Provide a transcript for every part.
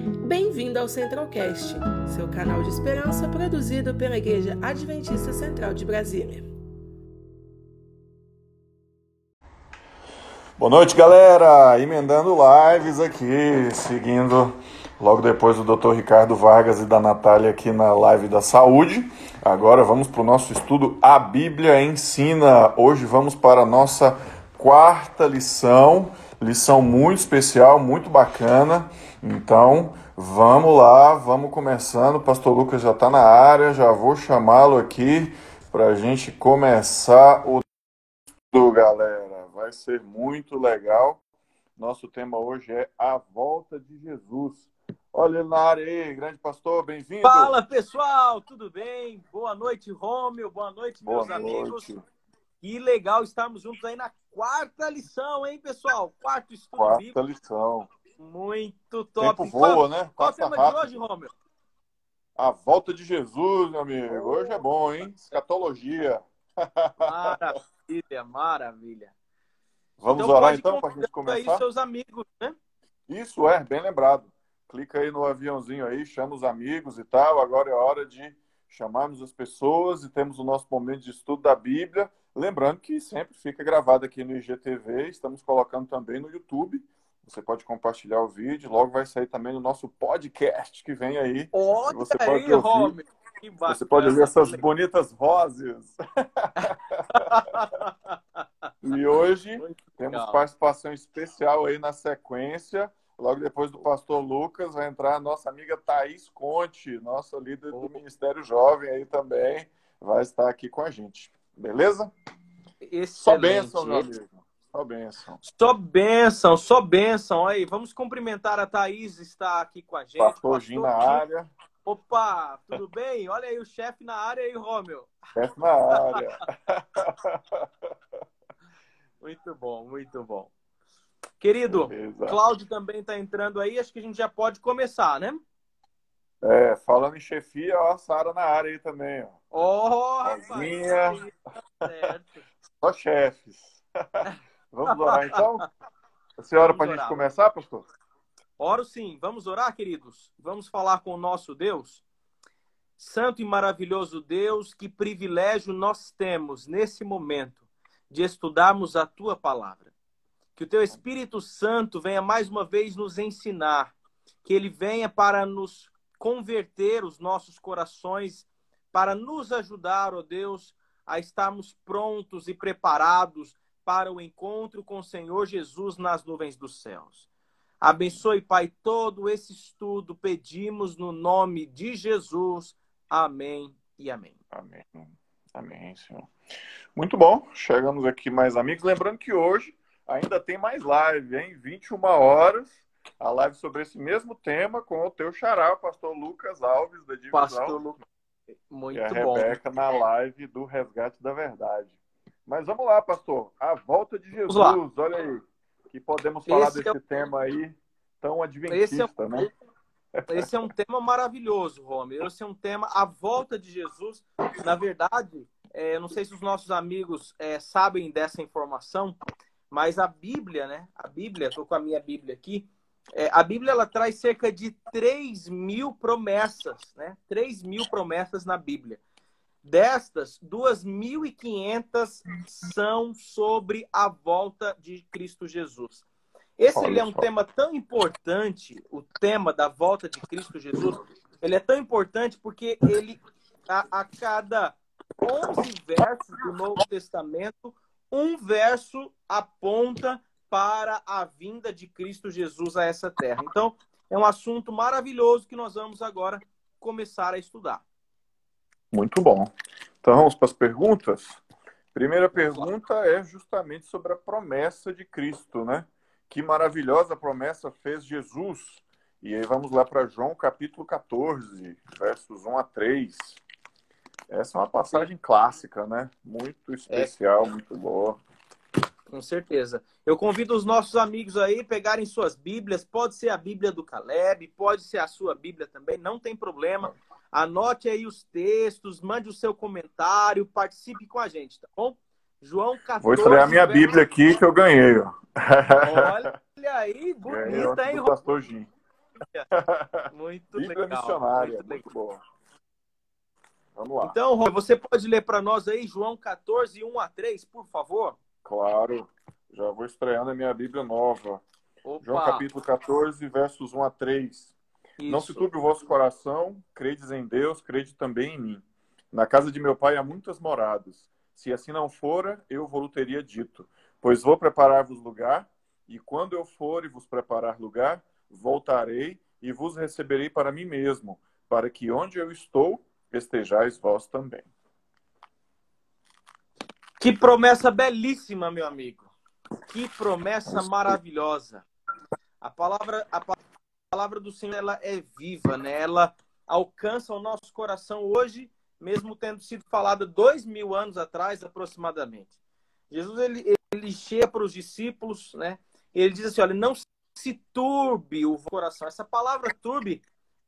Bem-vindo ao Centralcast, seu canal de esperança produzido pela Igreja Adventista Central de Brasília. Boa noite, galera! Emendando lives aqui, seguindo logo depois do Dr. Ricardo Vargas e da Natália aqui na live da saúde. Agora vamos para o nosso estudo A Bíblia Ensina. Hoje vamos para a nossa quarta lição muito especial, muito bacana. Então, vamos lá, vamos começando. O pastor Lucas já está na área, já vou chamá-lo aqui para a gente começar o estudo, galera. Vai ser muito legal. Nosso tema hoje é a volta de Jesus. Olha ele na área aí, grande pastor, bem-vindo. Fala, pessoal, tudo bem? Boa noite, Rômio, boa noite, meus amigos. Que legal estarmos juntos aí na quarta lição, hein, pessoal? Quarto estudo bíblico. Quarta lição. Muito top. Tempo voa, né? Qual é o tema de hoje, Rômio? A volta de Jesus, meu amigo. Hoje é bom, hein? Escatologia. Maravilha, maravilha. Vamos orar então para a gente começar? Aí seus amigos, né? Isso, bem lembrado. Clica aí no aviãozinho aí, chama os amigos e tal. Agora é hora de chamarmos as pessoas e temos o nosso momento de estudo da Bíblia. Lembrando que sempre fica gravado aqui no IGTV, estamos colocando também no YouTube. Você pode compartilhar o vídeo, logo vai sair também no nosso podcast que vem aí. Olha você aí, pode ouvir, Rômio. Que bacana. Você pode ouvir essas bonitas vozes. E hoje temos participação especial aí na sequência. Logo depois do pastor Lucas vai entrar a nossa amiga Thaís Conte, nossa líder do Ministério Jovem aí também, vai estar aqui com a gente. Beleza? Excelente. Só bênção, meu amigo. Só bênção. Só bênção. Aí, vamos cumprimentar a Thaís, está aqui com a gente. Pastorzinho na área. Opa, tudo bem? Olha aí o chefe na área aí, Rômio. Chefe na área. Muito bom, muito bom. Querido, Beleza. Cláudio também está entrando aí, acho que a gente já pode começar, né? Falando em chefia, ó, a Sara na área aí também, ó. Oh, rapaz! Certo. Só chefes. Vamos orar então? A senhora para a gente começar, pastor? Oro sim. Vamos orar, queridos? Vamos falar com o nosso Deus? Santo e maravilhoso Deus, que privilégio nós temos nesse momento de estudarmos a Tua Palavra. Que o Teu Espírito Santo venha mais uma vez nos ensinar, que Ele venha para nos converter os nossos corações, para nos ajudar, ó Deus, a estarmos prontos e preparados para o encontro com o Senhor Jesus nas nuvens dos céus. Abençoe, Pai, todo esse estudo, pedimos no nome de Jesus. Amém e amém. Amém. Amém, Senhor. Muito bom, chegamos aqui mais amigos. Lembrando que hoje ainda tem mais live, hein? 21 horas, a live sobre esse mesmo tema com o teu xará, o pastor Lucas Alves, da divisão. Pastor Lucas. Muito bom. E a Rebeca na live do Resgate da Verdade. Mas vamos lá, pastor. A volta de Jesus, olha aí. Que podemos falar desse tema aí tão adventista, né? Esse é um tema maravilhoso, Rômio. Esse é um tema, a volta de Jesus. Na verdade, não sei se os nossos amigos sabem dessa informação, mas a Bíblia, né? A Bíblia, estou com a minha Bíblia aqui. A Bíblia, ela traz cerca de 3.000 promessas, né? 3.000 promessas na Bíblia. Destas, 2.500 são sobre a volta de Cristo Jesus. Ele é um tema tão importante, o tema da volta de Cristo Jesus, ele é tão importante porque ele, a cada 11 versos do Novo Testamento, um verso aponta para a vinda de Cristo Jesus a essa terra. Então, é um assunto maravilhoso que nós vamos agora começar a estudar. Muito bom. Então, vamos para as perguntas? Primeira pergunta é justamente sobre a promessa de Cristo, né? Que maravilhosa promessa fez Jesus. E aí vamos lá para João capítulo 14, versos 1 a 3. Essa é uma passagem clássica, né? Muito especial, muito boa. Com certeza. Eu convido os nossos amigos aí a pegarem suas Bíblias. Pode ser a Bíblia do Caleb, pode ser a sua Bíblia também, não tem problema. Anote aí os textos, mande o seu comentário, participe com a gente, tá bom? João 14... Vou estrear a minha Bíblia aqui que eu ganhei, ó. Olha aí, bonita, hein, Pastor Jim. Muito Bíblia legal. missionária, Muito muito legal. boa. Vamos lá. Então, Rô, você pode ler para nós aí João 14, 1 a 3, por favor? Claro, já vou estreando a minha Bíblia nova. João Opa, capítulo 14, versos 1 a 3. Não se isso. turbe o vosso coração, credes em Deus, crede também em mim. Na casa de meu pai há muitas moradas. Se assim não fora, eu vou-lhe teria dito. Pois vou preparar-vos lugar, e quando eu for e vos preparar lugar, voltarei e vos receberei para mim mesmo, para que onde eu estou, estejais vós também. Que promessa belíssima, meu amigo. Que promessa maravilhosa. A palavra do Senhor, ela é viva, né? Ela alcança o nosso coração hoje, mesmo tendo sido falada 2000 anos atrás, aproximadamente. Jesus, ele chega para os discípulos, né? E ele diz assim, olha, não se turbe o coração. Essa palavra turbe,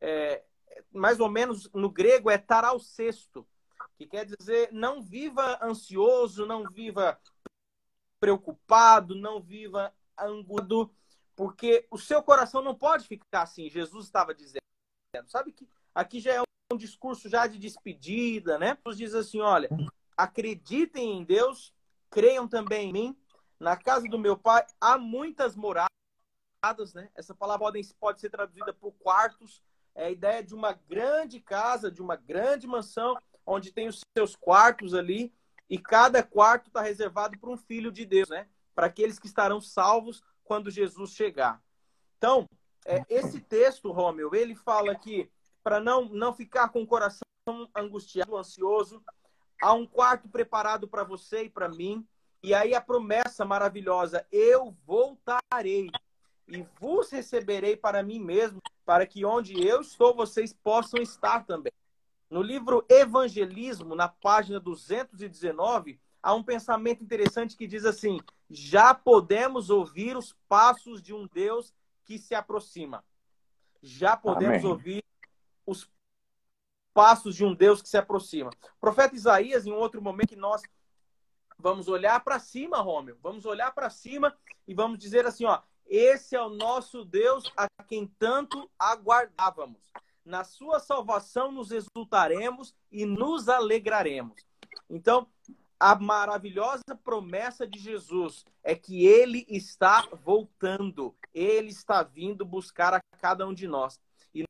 mais ou menos no grego, é taraucesto, que quer dizer não viva ansioso, não viva preocupado, não viva angustiado, porque o seu coração não pode ficar assim. Jesus estava dizendo, sabe que aqui já é um discurso já de despedida, né? Jesus diz assim, olha, acreditem em Deus, creiam também em mim. Na casa do meu pai há muitas moradas, né? Essa palavra pode ser traduzida por quartos. É a ideia de uma grande casa, de uma grande mansão, onde tem os seus quartos ali, e cada quarto está reservado para um filho de Deus, né? Para aqueles que estarão salvos quando Jesus chegar. Então, esse texto, Rômeu, ele fala que para não ficar com o coração angustiado, ansioso, há um quarto preparado para você e para mim. E aí a promessa maravilhosa, eu voltarei e vos receberei para mim mesmo, para que onde eu estou, vocês possam estar também. No livro Evangelismo, na página 219, há um pensamento interessante que diz assim, já podemos ouvir os passos de um Deus que se aproxima. Já podemos Amém. ouvir os passos de um Deus que se aproxima. O profeta Isaías, em um outro momento que nós vamos olhar para cima, Rômeu, vamos olhar para cima e vamos dizer assim, ó, esse é o nosso Deus a quem tanto aguardávamos. Na sua salvação nos exultaremos e nos alegraremos. Então, a maravilhosa promessa de Jesus é que ele está voltando. Ele está vindo buscar a cada um de nós. E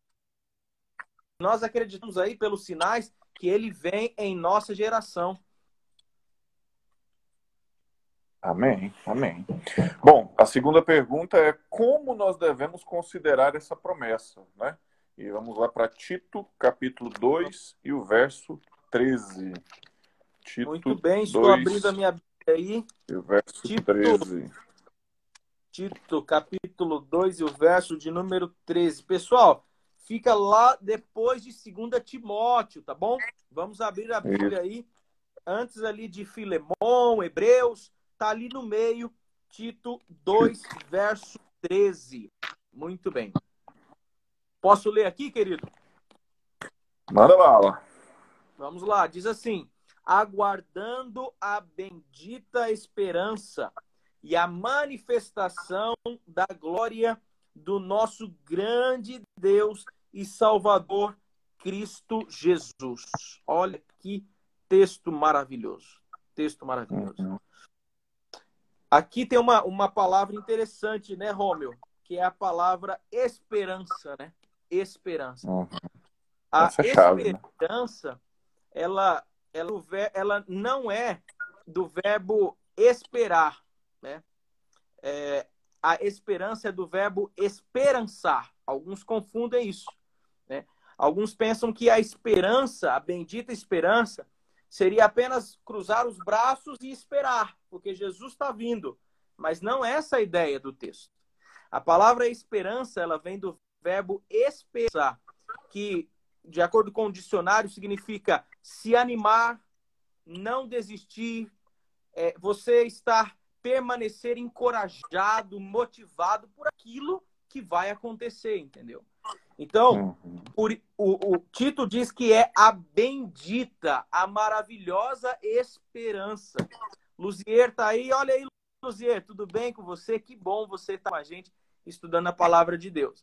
nós acreditamos aí pelos sinais que ele vem em nossa geração. Amém, amém. Bom, a segunda pergunta é como nós devemos considerar essa promessa, né? E vamos lá para Tito, capítulo 2 e o verso 13. Tito Muito bem, estou 2 abrindo a minha Bíblia aí. e o verso Tito, 13. Tito, capítulo 2 e o verso de número 13. Pessoal, fica lá depois de 2 Timóteo, tá bom? Vamos abrir a Bíblia aí, antes ali de Filemon, Hebreus, tá ali no meio, Tito 2, verso 13. Muito bem. Posso ler aqui, querido? Manda bala. Vamos lá, diz assim, aguardando a bendita esperança e a manifestação da glória do nosso grande Deus e Salvador, Cristo Jesus. Olha que texto maravilhoso. Texto maravilhoso. Aqui tem uma palavra interessante, né, Rômeu? Que é a palavra esperança, né? Esperança. A esperança, ela não é do verbo esperar, né? A esperança é do verbo esperançar. Alguns confundem isso, né? Alguns pensam que a esperança, a bendita esperança, seria apenas cruzar os braços e esperar, porque Jesus está vindo. Mas não é essa a ideia do texto. A palavra esperança, ela vem do verbo esperar, que, de acordo com o dicionário, significa se animar, não desistir, você permanecer encorajado, motivado por aquilo que vai acontecer, entendeu? Então, o Tito diz que é a bendita, a maravilhosa esperança. Luzier tá aí, olha aí, Luzier, tudo bem com você? Que bom você estar com a gente estudando a palavra de Deus.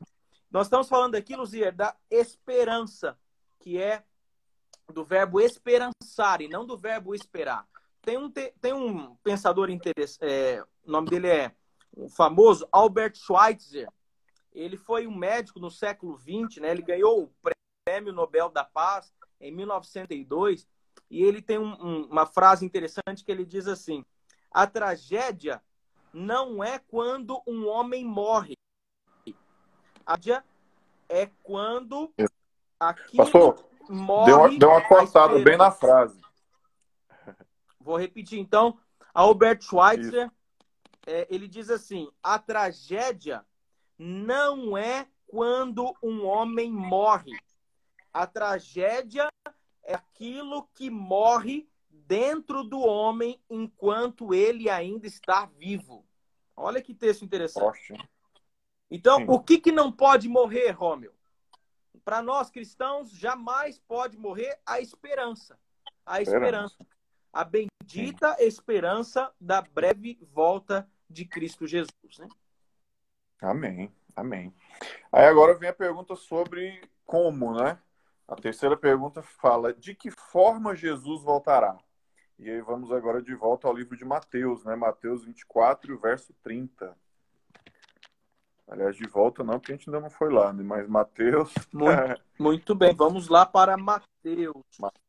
Nós estamos falando aqui, Luzia, da esperança, que é do verbo esperançar e não do verbo esperar. Tem um pensador interessante, o nome dele é o famoso Albert Schweitzer. Ele foi um médico no século XX, né? Ele ganhou o Prêmio Nobel da Paz em 1902, e ele tem uma frase interessante que ele diz assim: a tragédia não é quando um homem morre. A tragédia é quando aquilo Pastor, morre. deu uma cortada bem na frase. Vou repetir, então. Albert Schweitzer, ele diz assim: a tragédia não é quando um homem morre. A tragédia é aquilo que morre dentro do homem enquanto ele ainda está vivo. Olha que texto interessante. Então, sim, o que não pode morrer, Rômio? Para nós cristãos, jamais pode morrer a esperança. A esperança. A bendita esperança da breve volta de Cristo Jesus, né? Amém, amém. Aí agora vem a pergunta sobre como, né? A terceira pergunta fala: de que forma Jesus voltará? E aí vamos agora de volta ao livro de Mateus, né? Mateus 24, verso 30. Aliás, de volta não, porque a gente ainda não foi lá, né? Mas Mateus... Muito bem, vamos lá para Mateus.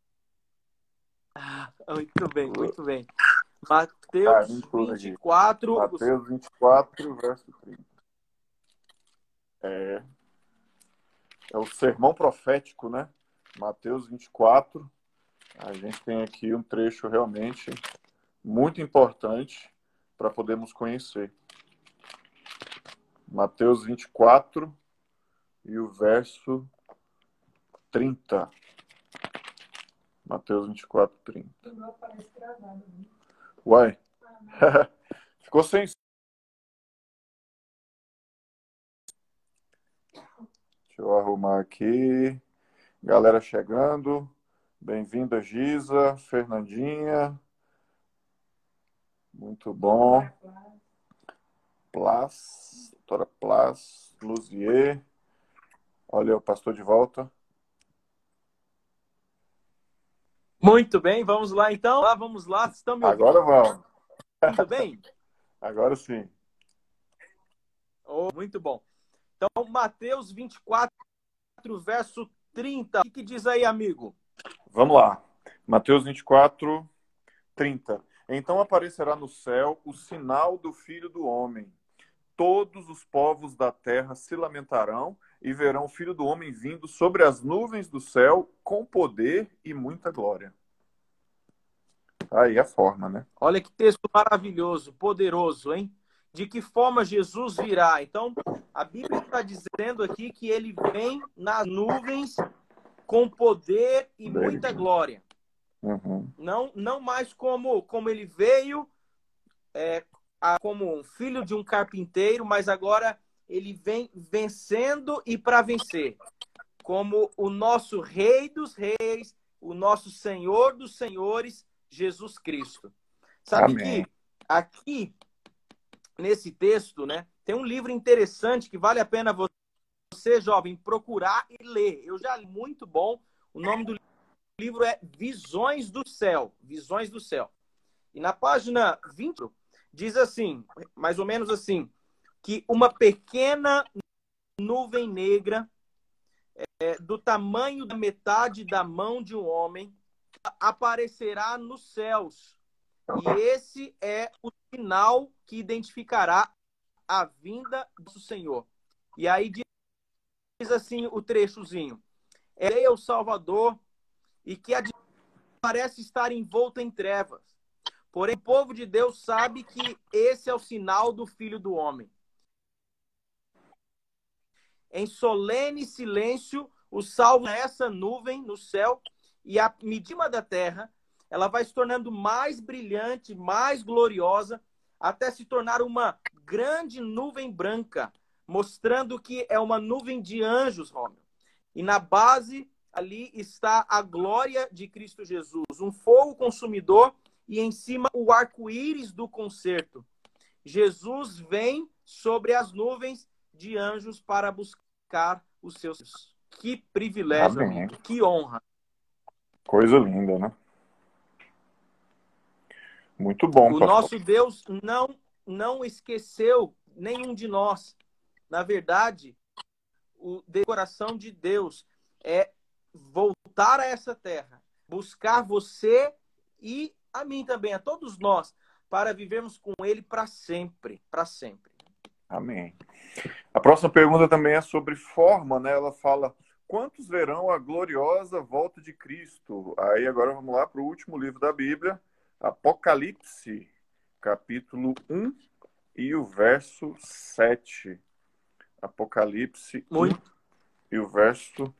Muito bem, muito bem. Mateus 24... Mateus 24, verso 30. É o sermão profético, né? Mateus 24. A gente tem aqui um trecho realmente muito importante para podermos conhecer. Mateus 24 e o verso 30. Mateus 24, 30. Não aparece gravado. Uai. Ficou sem... Deixa eu arrumar aqui. Galera chegando. Bem-vinda, Giza, Fernandinha. Muito bom. Doutora Plas, Luzier. Olha o pastor de volta. Muito bem, vamos lá então. Vamos lá, estão me ouvindo? Agora vamos. Tudo bem? Agora sim. Oh, muito bom. Então, Mateus 24, verso 30. O que diz aí, amigo? Vamos lá. Mateus 24, 30. Então aparecerá no céu o sinal do Filho do Homem. Todos os povos da terra se lamentarão e verão o Filho do Homem vindo sobre as nuvens do céu com poder e muita glória. Aí a forma, né? Olha que texto maravilhoso, poderoso, hein? De que forma Jesus virá? Então, a Bíblia está dizendo aqui que ele vem nas nuvens com poder e muita glória. Uhum. Não mais como ele veio, como um filho de um carpinteiro, mas agora ele vem vencendo e para vencer. Como o nosso Rei dos Reis, o nosso Senhor dos Senhores, Jesus Cristo. Sabe Amém. que aqui, nesse texto, né, tem um livro interessante que vale a pena você, jovem, procurar e ler. Eu já li, muito bom. O nome do livro é Visões do Céu. Visões do Céu. E na página 20, diz assim, mais ou menos assim, que uma pequena nuvem negra do tamanho da metade da mão de um homem aparecerá nos céus. E esse é o sinal que identificará a vinda do Senhor. E aí diz assim o trechozinho: é o Salvador e que parece estar envolto em trevas. Porém, o povo de Deus sabe que esse é o sinal do Filho do Homem. Em solene silêncio, o salvo essa nuvem no céu, e a medida da terra, ela vai se tornando mais brilhante, mais gloriosa, até se tornar uma grande nuvem branca, mostrando que é uma nuvem de anjos, Rômio. E na base, ali está a glória de Cristo Jesus, um fogo consumidor, e em cima o arco-íris do concerto. Jesus vem sobre as nuvens de anjos para buscar buscar os seus filhos. Que privilégio, Amém. amigo. Que honra. Coisa linda, né? Muito bom, O pastor. nosso Deus não esqueceu nenhum de nós. Na verdade, o coração de Deus é voltar a essa terra, buscar você e a mim também, a todos nós, para vivermos com Ele para sempre, para sempre. Amém. A próxima pergunta também é sobre forma, né? Ela fala: quantos verão a gloriosa volta de Cristo? Aí agora vamos lá para o último livro da Bíblia, Apocalipse, capítulo 1 e o verso 7. Apocalipse 1 e o verso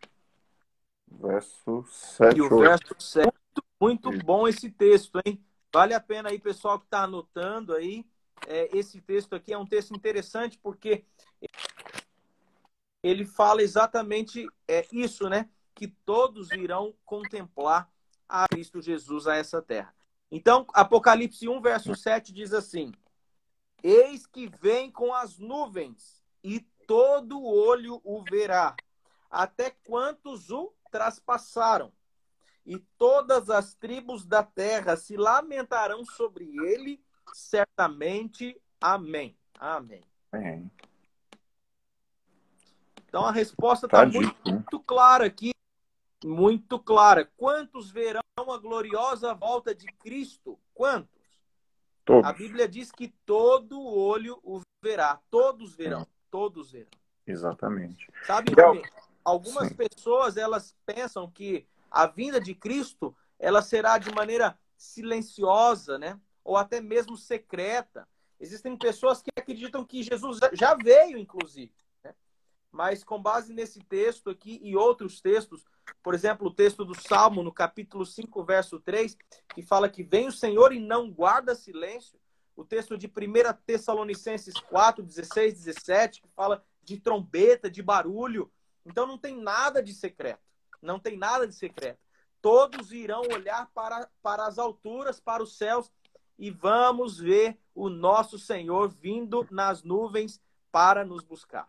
7. E o verso 7. Muito bom esse texto, hein? Vale a pena aí, pessoal que está anotando aí. Esse texto aqui é um texto interessante porque ele fala exatamente isso, né? Que todos irão contemplar a Cristo Jesus a essa terra. Então, Apocalipse 1, verso 7 diz assim: eis que vem com as nuvens, e todo olho o verá, até quantos o traspassaram. E todas as tribos da terra se lamentarão sobre ele, certamente. Amém. Amém. Amém. Então a resposta está muito clara aqui, muito clara. Quantos verão a gloriosa volta de Cristo? Quantos? Todos. A Bíblia diz que todo olho o verá. Todos verão. Todos verão. Exatamente. Sabe, algumas Sim. pessoas elas pensam que a vinda de Cristo ela será de maneira silenciosa, né? Ou até mesmo secreta. Existem pessoas que acreditam que Jesus já veio, inclusive. Né? Mas com base nesse texto aqui e outros textos, por exemplo, o texto do Salmo, no capítulo 5, verso 3, que fala que vem o Senhor e não guarda silêncio. O texto de 1 Tessalonicenses 4, 16, 17, que fala de trombeta, de barulho. Então não tem nada de secreto. Não tem nada de secreto. Todos irão olhar para as alturas, para os céus, e vamos ver o nosso Senhor vindo nas nuvens para nos buscar.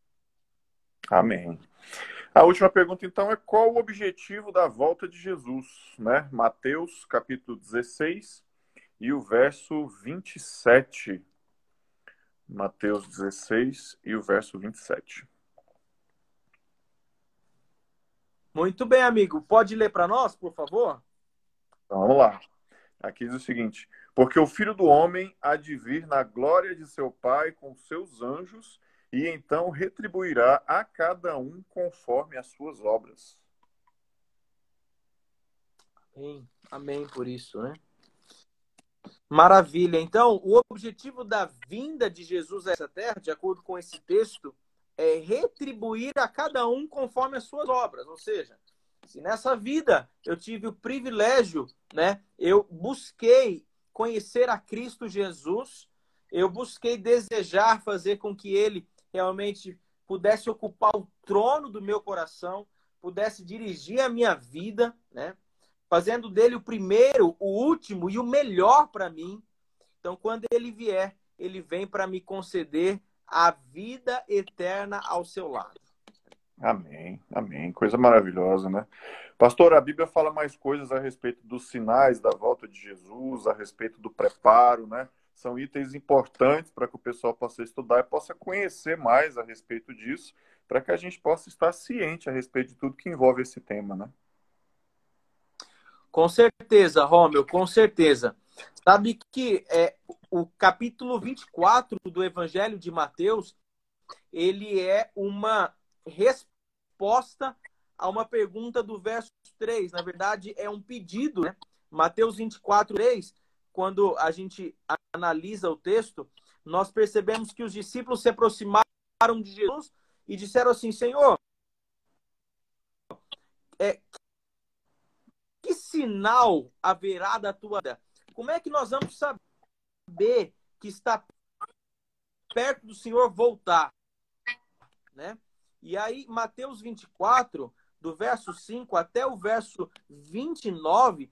Amém. A última pergunta, então, é qual o objetivo da volta de Jesus? Né? Mateus, capítulo 16 e o verso 27. Mateus 16 e o verso 27. Muito bem, amigo. Pode ler para nós, por favor? Então, vamos lá. Aqui diz o seguinte: porque o Filho do Homem há de vir na glória de seu Pai com seus anjos, e então retribuirá a cada um conforme as suas obras. Amém. Amém por isso, né? Maravilha. Então, o objetivo da vinda de Jesus a essa terra, de acordo com esse texto, é retribuir a cada um conforme as suas obras. Ou seja, se nessa vida eu tive o privilégio, né? Eu busquei conhecer a Cristo Jesus, eu busquei desejar fazer com que ele realmente pudesse ocupar o trono do meu coração, pudesse dirigir a minha vida, né? Fazendo dele o primeiro, o último e o melhor para mim. Então, quando ele vier, ele vem para me conceder a vida eterna ao seu lado. Amém, amém. Coisa maravilhosa, né? Pastor, a Bíblia fala mais coisas a respeito dos sinais da volta de Jesus, a respeito do preparo, né? São itens importantes para que o pessoal possa estudar e possa conhecer mais a respeito disso, para que a gente possa estar ciente a respeito de tudo que envolve esse tema, né? Com certeza, Rômio, com certeza. Sabe que o capítulo 24 do Evangelho de Mateus, ele é uma resposta a uma pergunta do verso 3. Na verdade, é um pedido, né? Mateus 24, 3, quando a gente analisa o texto, nós percebemos que os discípulos se aproximaram de Jesus e disseram assim: Senhor, que sinal haverá da tua vida? Como é que nós vamos saber que está perto do Senhor voltar? Né? E aí, Mateus 24, do verso 5 até o verso 29,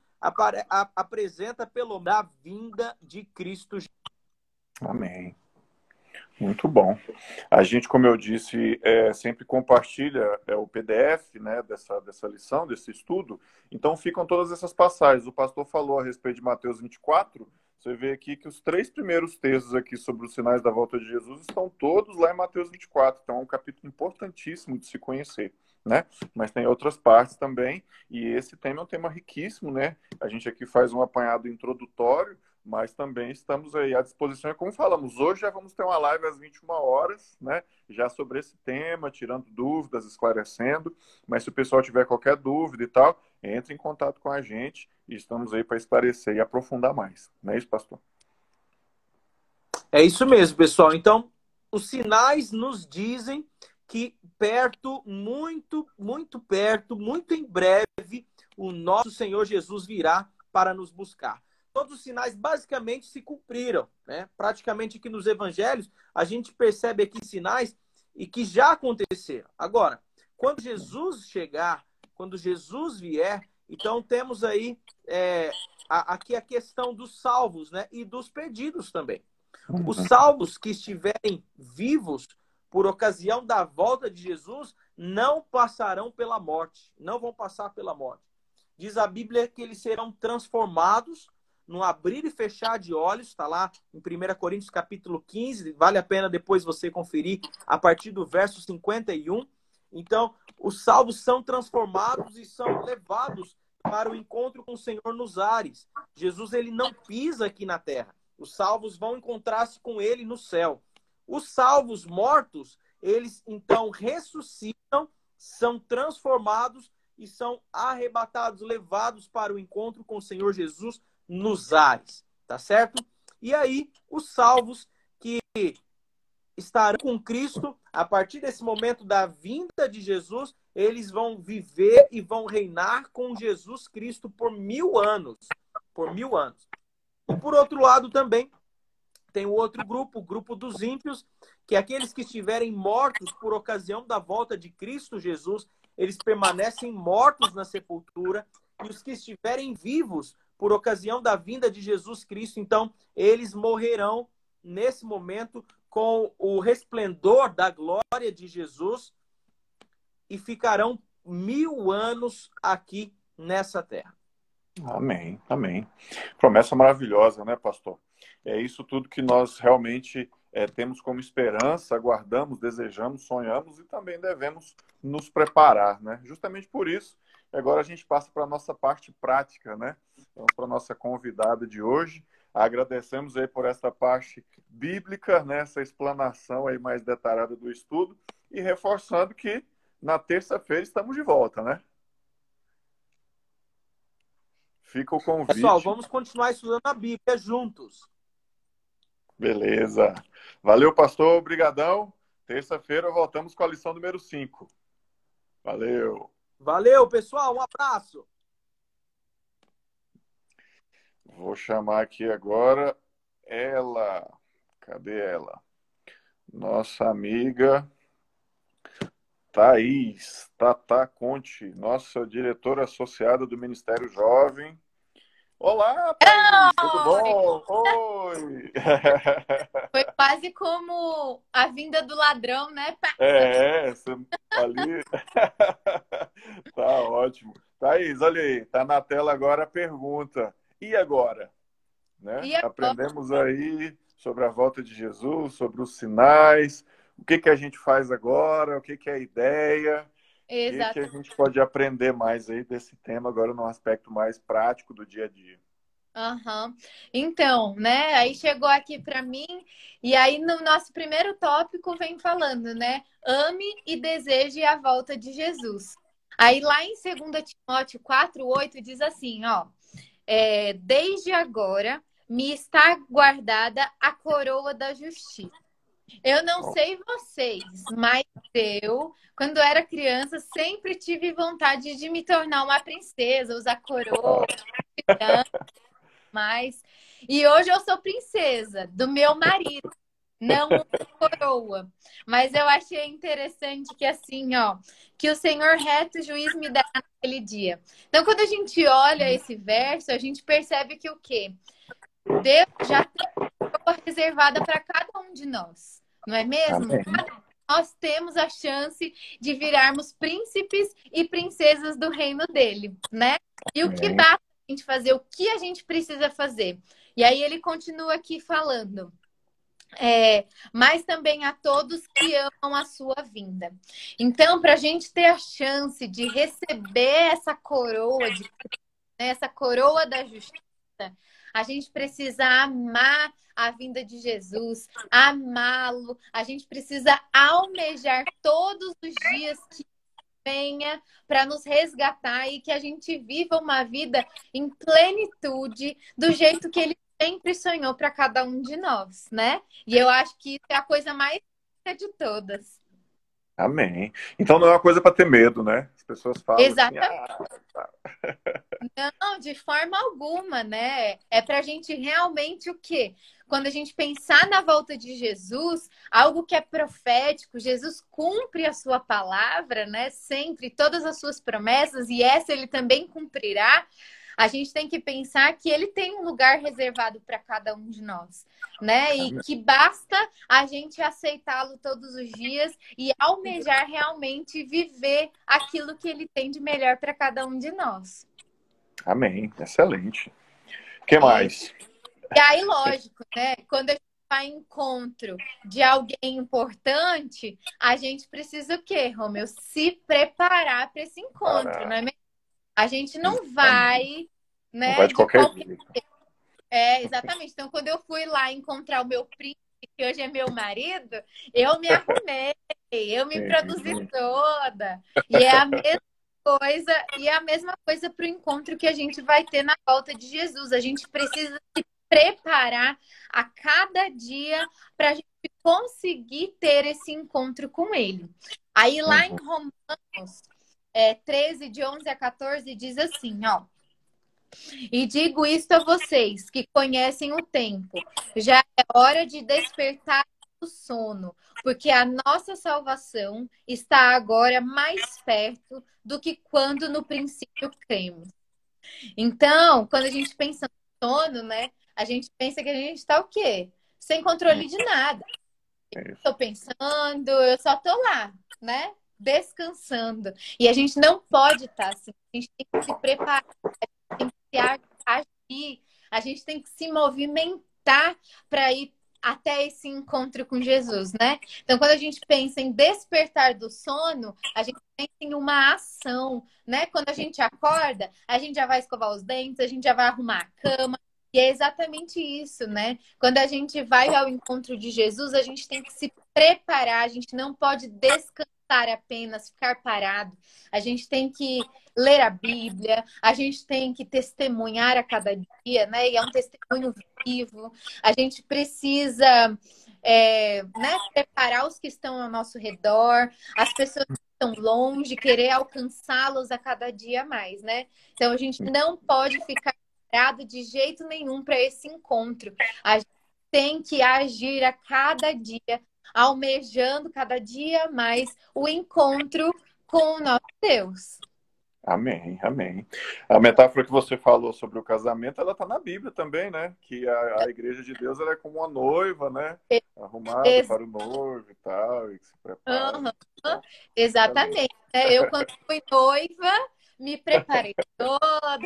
apresenta pelo menos a vinda de Cristo. Amém. Muito bom. A gente, como eu disse, sempre compartilha o PDF, né, dessa lição, desse estudo. Então ficam todas essas passagens. O pastor falou a respeito de Mateus 24. Você vê aqui que os 3 primeiros textos aqui sobre os sinais da volta de Jesus estão todos lá em Mateus 24. Então é um capítulo importantíssimo de se conhecer, né? Mas tem outras partes também. E esse tema é um tema riquíssimo, né? A gente aqui faz um apanhado introdutório, mas também estamos aí à disposição. E como falamos, hoje já vamos ter uma live às 21 horas, né? Já sobre esse tema, tirando dúvidas, esclarecendo. Mas se o pessoal tiver qualquer dúvida e tal, entre em contato com a gente e estamos aí para esclarecer e aprofundar mais. Não é isso, pastor? É isso mesmo, pessoal. Então, os sinais nos dizem que perto, muito, muito perto, muito em breve, o nosso Senhor Jesus virá para nos buscar. Todos os sinais basicamente se cumpriram, né? Praticamente aqui nos evangelhos, a gente percebe aqui sinais e que já aconteceram. Agora, quando Jesus chegar, quando Jesus vier, então temos aí aqui a questão dos salvos, né? E dos perdidos também. Os salvos que estiverem vivos por ocasião da volta de Jesus não passarão pela morte, não vão passar pela morte. Diz a Bíblia que eles serão transformados num abrir e fechar de olhos, está lá em 1 Coríntios capítulo 15, vale a pena depois você conferir a partir do verso 51. Então, os salvos são transformados e são levados para o encontro com o Senhor nos ares. Jesus, ele não pisa aqui na terra. Os salvos vão encontrar-se com ele no céu. Os salvos mortos, eles então ressuscitam, são transformados e são arrebatados, levados para o encontro com o Senhor Jesus nos ares, tá certo? E aí, os salvos que estarão com Cristo, a partir desse momento da vinda de Jesus, eles vão viver e vão reinar com Jesus Cristo por 1000 anos. Por 1000 anos. E por outro lado também, tem o outro grupo, o grupo dos ímpios, que é aqueles que estiverem mortos por ocasião da volta de Cristo Jesus, eles permanecem mortos na sepultura, e os que estiverem vivos por ocasião da vinda de Jesus Cristo, então, eles morrerão nesse momento com o resplendor da glória de Jesus e ficarão 1000 anos aqui nessa terra. Amém, amém. Promessa maravilhosa, né, pastor? É isso tudo que nós realmente temos como esperança, aguardamos, desejamos, sonhamos e também devemos nos preparar, né? Justamente por isso, agora a gente passa para a nossa parte prática, né? Vamos para a nossa convidada de hoje. Agradecemos aí por essa parte bíblica, né? Essa explanação aí mais detalhada do estudo e reforçando que na terça-feira estamos de volta, né? Fica o convite. Pessoal, vamos continuar estudando a Bíblia juntos. Beleza. Valeu, pastor. Obrigadão. Terça-feira voltamos com a lição número 5. Valeu. Valeu, pessoal. Um abraço. Vou chamar aqui agora ela. Cadê ela? Nossa amiga Thaís, Tata Conte, nossa diretora associada do Ministério Jovem. Olá, Thaís, tudo bom? Oi! Foi quase como a vinda do ladrão, né? Você ali. Tá ótimo. Thaís, olha aí, tá na tela agora a pergunta. E agora? Né? E agora? Aprendemos aí sobre a volta de Jesus, sobre os sinais, o que que a gente faz agora, o que que é a ideia, o que a gente pode aprender mais aí desse tema agora no aspecto mais prático do dia a dia. Então, né? Aí chegou aqui para mim e aí no nosso primeiro tópico vem falando, né? Ame e deseje a volta de Jesus. Aí lá em 2 Timóteo 4:8 diz assim, ó, desde agora me está guardada a coroa da justiça. Eu não sei vocês, mas eu, quando era criança, sempre tive vontade de me tornar uma princesa, usar coroa, mas... E hoje eu sou princesa do meu marido, não uma coroa. Mas eu achei interessante que assim, ó, que o Senhor reto juiz me dará naquele dia. Então, quando a gente olha esse verso, a gente percebe que o quê? Deus já tem uma coroa reservada para cada um de nós. não é mesmo? Amém. Nós temos a chance de virarmos príncipes e princesas do reino dele, né? E o que Amém. basta a gente fazer, o que a gente precisa fazer? E aí ele continua aqui falando. Mas também a todos que amam a sua vinda. Então, para a gente ter a chance de receber essa coroa, né, essa coroa da justiça, a gente precisa amar a vinda de Jesus, amá-lo, a gente precisa almejar todos os dias que venha para nos resgatar e que a gente viva uma vida em plenitude, do jeito que ele sempre sonhou para cada um de nós, né? E eu acho que isso é a coisa mais linda de todas. Amém. Então não é uma coisa para ter medo, né? As pessoas falam assim, Exatamente. Não, de forma alguma, né? É para a gente realmente o quê? Quando a gente pensar na volta de Jesus, algo que é profético, Jesus cumpre a sua palavra, né? Sempre, todas as suas promessas, e essa ele também cumprirá. A gente tem que pensar que ele tem um lugar reservado para cada um de nós, né? E que basta a gente aceitá-lo todos os dias e almejar realmente viver aquilo que ele tem de melhor para cada um de nós. amém, excelente. O que mais? E aí, lógico, né? Quando a gente vai em encontro de alguém importante, a gente precisa o quê, Romeu? Se preparar para esse encontro, né? A gente não vai, né, não vai de qualquer jeito. Exatamente. Então, quando eu fui lá encontrar o meu príncipe, que hoje é meu marido, eu me arrumei, eu me produzi toda. E é a mesma coisa, e é a mesma coisa para o encontro que a gente vai ter na volta de Jesus. A gente precisa se preparar a cada dia para a gente conseguir ter esse encontro com ele. Aí lá em Romanos 13, de 11 a 14, diz assim, ó. E digo isto a vocês que conhecem o tempo. Já é hora de despertar do sono, porque a nossa salvação está agora mais perto do que quando no princípio cremos. Então, quando a gente pensa no sono, né? A gente pensa que a gente está o quê? Sem controle de nada. Estou pensando, eu só estou lá, né? Descansando. E a gente não pode estar assim. A gente tem que se preparar, a gente tem que agir, a gente tem que se movimentar para ir até esse encontro com Jesus, né? Então, quando a gente pensa em despertar do sono, a gente pensa em uma ação, né? Quando a gente acorda, a gente já vai escovar os dentes, a gente já vai arrumar a cama. E é exatamente isso, né? Quando a gente vai ao encontro de Jesus, a gente tem que se preparar, a gente não pode descansar apenas, ficar parado. A gente tem que ler a Bíblia, a gente tem que testemunhar a cada dia, né? E é um testemunho vivo. A gente precisa né, preparar os que estão ao nosso redor, as pessoas que estão longe, querer alcançá-los a cada dia mais, né? Então a gente não pode ficar parado de jeito nenhum para esse encontro. A gente tem que agir a cada dia, almejando cada dia mais o encontro com o nosso Deus. Amém, amém. A metáfora que você falou sobre o casamento, ela está na Bíblia também, né? Que a igreja de Deus ela é como uma noiva, né? Arrumada para o noivo e tal, e que se prepara. Uhum. Exatamente. Eu, quando fui noiva, me preparei toda.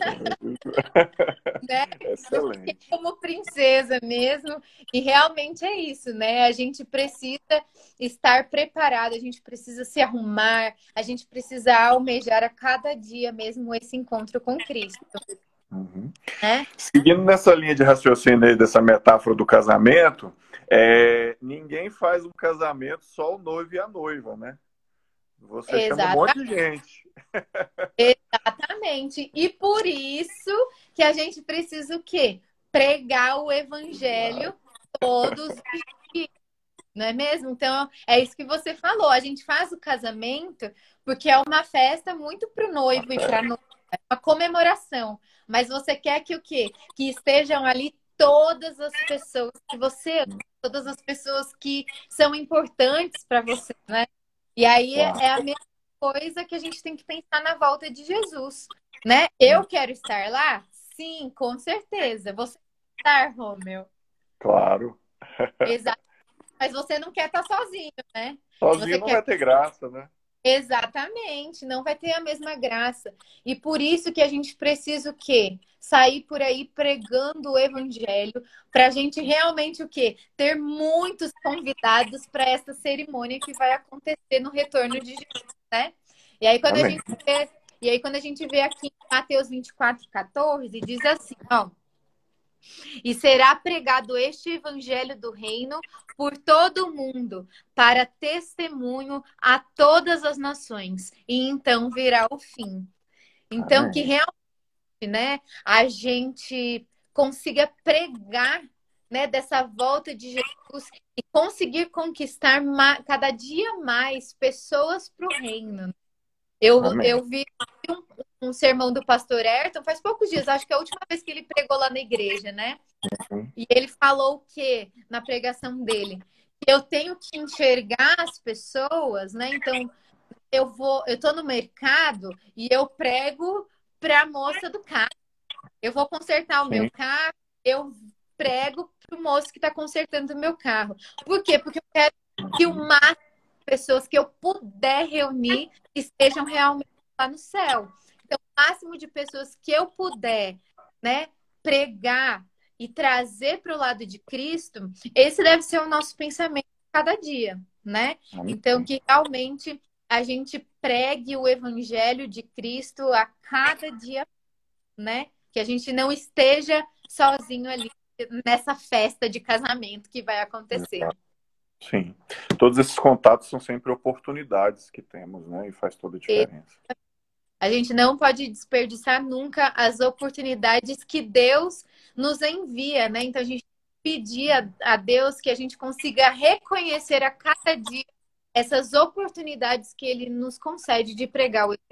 Né? Excelente. Como princesa mesmo. E realmente é isso, né? A gente precisa estar preparado, a gente precisa se arrumar, a gente precisa almejar a cada dia mesmo esse encontro com Cristo. Uhum. Né? Seguindo nessa linha de raciocínio aí, dessa metáfora do casamento, ninguém faz um casamento só o noivo e a noiva, né? Você chama um monte de gente. Exatamente. E por isso que a gente precisa o quê? Pregar o evangelho todos os dias, não é mesmo? Então, é isso que você falou. A gente faz o casamento porque é uma festa muito para o noivo e para a noiva, é uma comemoração. Mas você quer que o quê? Que estejam ali todas as pessoas que você ama, todas as pessoas que são importantes para você, né? E aí é a mesma coisa que a gente tem que pensar na volta de Jesus, né? Eu quero estar lá? Sim, com certeza. Você quer estar, Romeu? Claro. Exato. Mas você não quer estar sozinho, né? Sozinho Você não quer. vai ter graça, né? Exatamente, não vai ter a mesma graça. E por isso que a gente precisa o quê? Sair por aí pregando o evangelho, para a gente realmente o quê? Ter muitos convidados para essa cerimônia que vai acontecer no retorno de Jesus, né? E aí quando a Amém. gente vê, e aí quando a gente vê aqui em Mateus 24:14, diz assim, ó. E será pregado este evangelho do reino por todo o mundo, para testemunho a todas as nações, e então virá o fim. Então, que Amém. realmente, né, a gente consiga pregar, né, dessa volta de Jesus e conseguir conquistar cada dia mais pessoas para o reino. Amém. Eu vi um sermão do pastor Ayrton faz poucos dias, acho que é a última vez que ele pregou lá na igreja, né? Uhum. E ele falou o quê na pregação dele? Que eu tenho que enxergar as pessoas, né? Então, eu tô no mercado e eu prego para a moça do carro. Eu vou consertar o meu Sim. carro, eu prego para o moço que está consertando o meu carro. Por quê? Porque eu quero que o máximo de pessoas que eu puder reunir estejam realmente lá no céu. Então, o máximo de pessoas que eu puder, né, pregar e trazer para o lado de Cristo, esse deve ser o nosso pensamento cada dia, né? Amém. Então, que realmente a gente pregue o evangelho de Cristo a cada dia, né? Que a gente não esteja sozinho ali nessa festa de casamento que vai acontecer. Sim. Todos esses contatos são sempre oportunidades que temos, né? E faz toda a E diferença. a gente não pode desperdiçar nunca as oportunidades que Deus nos envia, né? Então a gente pedir a Deus que a gente consiga reconhecer a cada dia essas oportunidades que Ele nos concede de pregar o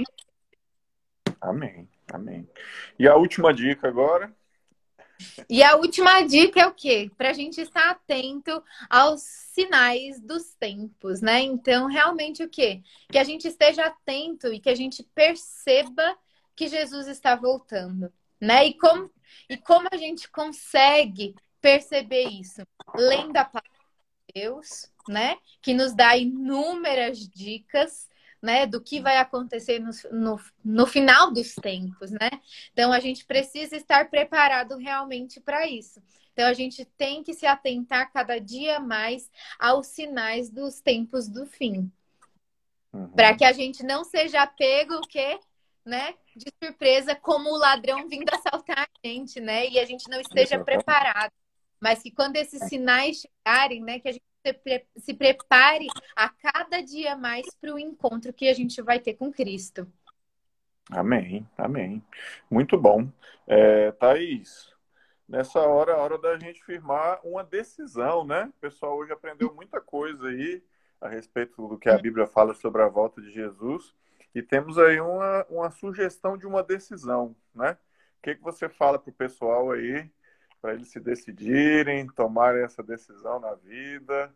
Amém. Amém. E a última dica agora? E a última dica é o quê? Para a gente estar atento aos sinais dos tempos, né? Então, realmente o quê? Que a gente esteja atento e que a gente perceba que Jesus está voltando, né? E como a gente consegue perceber isso? Lendo a palavra de Deus, né? Que nos dá inúmeras dicas, né? Do que vai acontecer no final dos tempos, né? Então, a gente precisa estar preparado realmente para isso. Então, a gente tem que se atentar cada dia mais aos sinais dos tempos do fim. Para Uhum. que a gente não seja pego, o quê? Né? De surpresa, como o ladrão vindo assaltar a gente, né? E a gente não esteja Exatamente. preparado. Mas que quando esses sinais chegarem, né? Que a gente se prepare a cada dia mais para o encontro que a gente vai ter com Cristo. Amém. Amém. Muito bom. Thaís, nessa hora, é a hora da gente firmar uma decisão, né? O pessoal hoje aprendeu muita coisa aí a respeito do que a Bíblia fala sobre a volta de Jesus. E temos aí uma sugestão de uma decisão, né? O que você fala para o pessoal aí, para eles se decidirem, tomarem essa decisão na vida?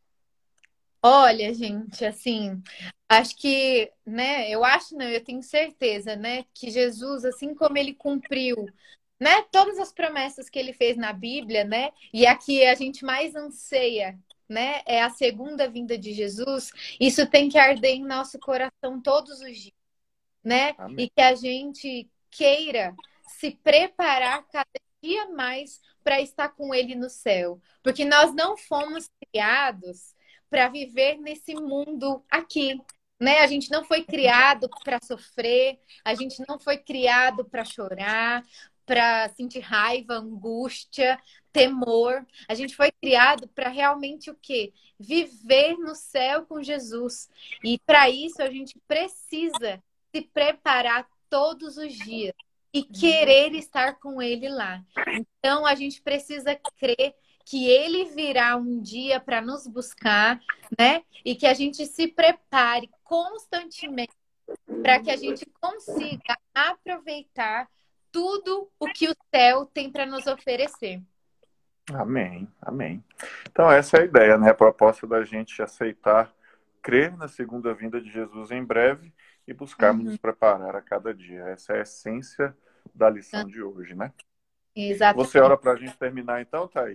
Olha, gente, assim, acho que, né, eu acho, não, eu tenho certeza, né, que Jesus, assim como ele cumpriu, né, todas as promessas que ele fez na Bíblia, né, e a que a gente mais anseia, né, é a segunda vinda de Jesus, isso tem que arder em nosso coração todos os dias, né, Amém. e que a gente queira se preparar cada dia mais para estar com ele no céu, porque nós não fomos criados para viver nesse mundo aqui, né? A gente não foi criado para sofrer, a gente não foi criado para chorar, para sentir raiva, angústia, temor. A gente foi criado para realmente o quê? Viver no céu com Jesus. E para isso a gente precisa se preparar todos os dias e querer estar com ele lá. Então a gente precisa crer que ele virá um dia para nos buscar, né? E que a gente se prepare constantemente para que a gente consiga aproveitar tudo o que o céu tem para nos oferecer. Amém. Amém. Então, essa é a ideia, né? A proposta da gente aceitar, crer na segunda vinda de Jesus em breve e buscarmos nos preparar a cada dia. Essa é a essência da lição de hoje, né? Você Exatamente. ora para a gente terminar então, Thaís?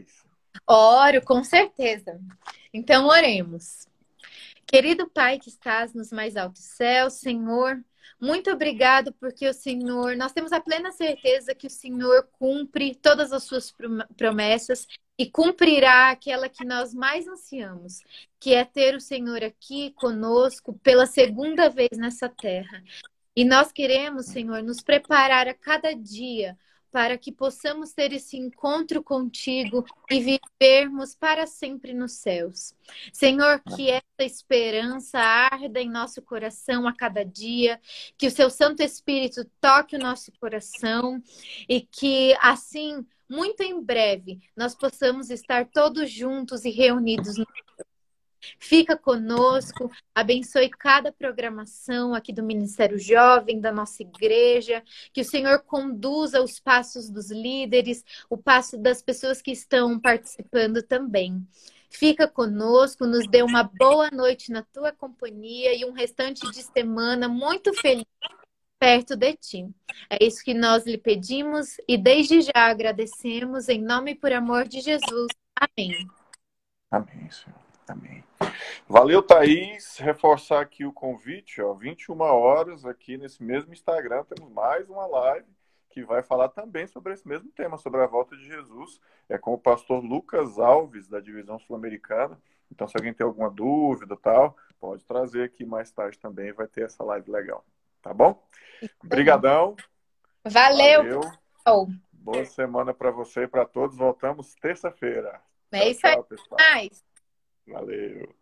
Oro, com certeza. Então, oremos. Querido Pai que estás nos mais altos céus, Senhor, muito obrigado porque o Senhor, nós temos a plena certeza que o Senhor cumpre todas as suas promessas e cumprirá aquela que nós mais ansiamos, que é ter o Senhor aqui conosco pela segunda vez nessa terra. E nós queremos, Senhor, nos preparar a cada dia para que possamos ter esse encontro contigo e vivermos para sempre nos céus. Senhor, que essa esperança arda em nosso coração a cada dia, que o seu Santo Espírito toque o nosso coração e que assim, muito em breve, nós possamos estar todos juntos e reunidos no Fica conosco, abençoe cada programação aqui do Ministério Jovem, da nossa igreja, que o Senhor conduza os passos dos líderes, o passo das pessoas que estão participando também. Fica conosco, nos dê uma boa noite na tua companhia e um restante de semana muito feliz perto de ti. É isso que nós lhe pedimos e desde já agradecemos em nome e por amor de Jesus. Amém. Amém, Senhor. Amém. Valeu, Thaís. Reforçar aqui o convite, ó, 21 horas aqui nesse mesmo Instagram, temos mais uma live que vai falar também sobre esse mesmo tema, sobre a volta de Jesus. É com o pastor Lucas Alves, da Divisão Sul-Americana. Então, se alguém tem alguma dúvida tal, pode trazer aqui mais tarde também, vai ter essa live legal. Tá bom? Obrigadão. Valeu. Boa semana para você e para todos. Voltamos terça-feira. É isso aí. Tchau, pessoal. Mais. Valeu.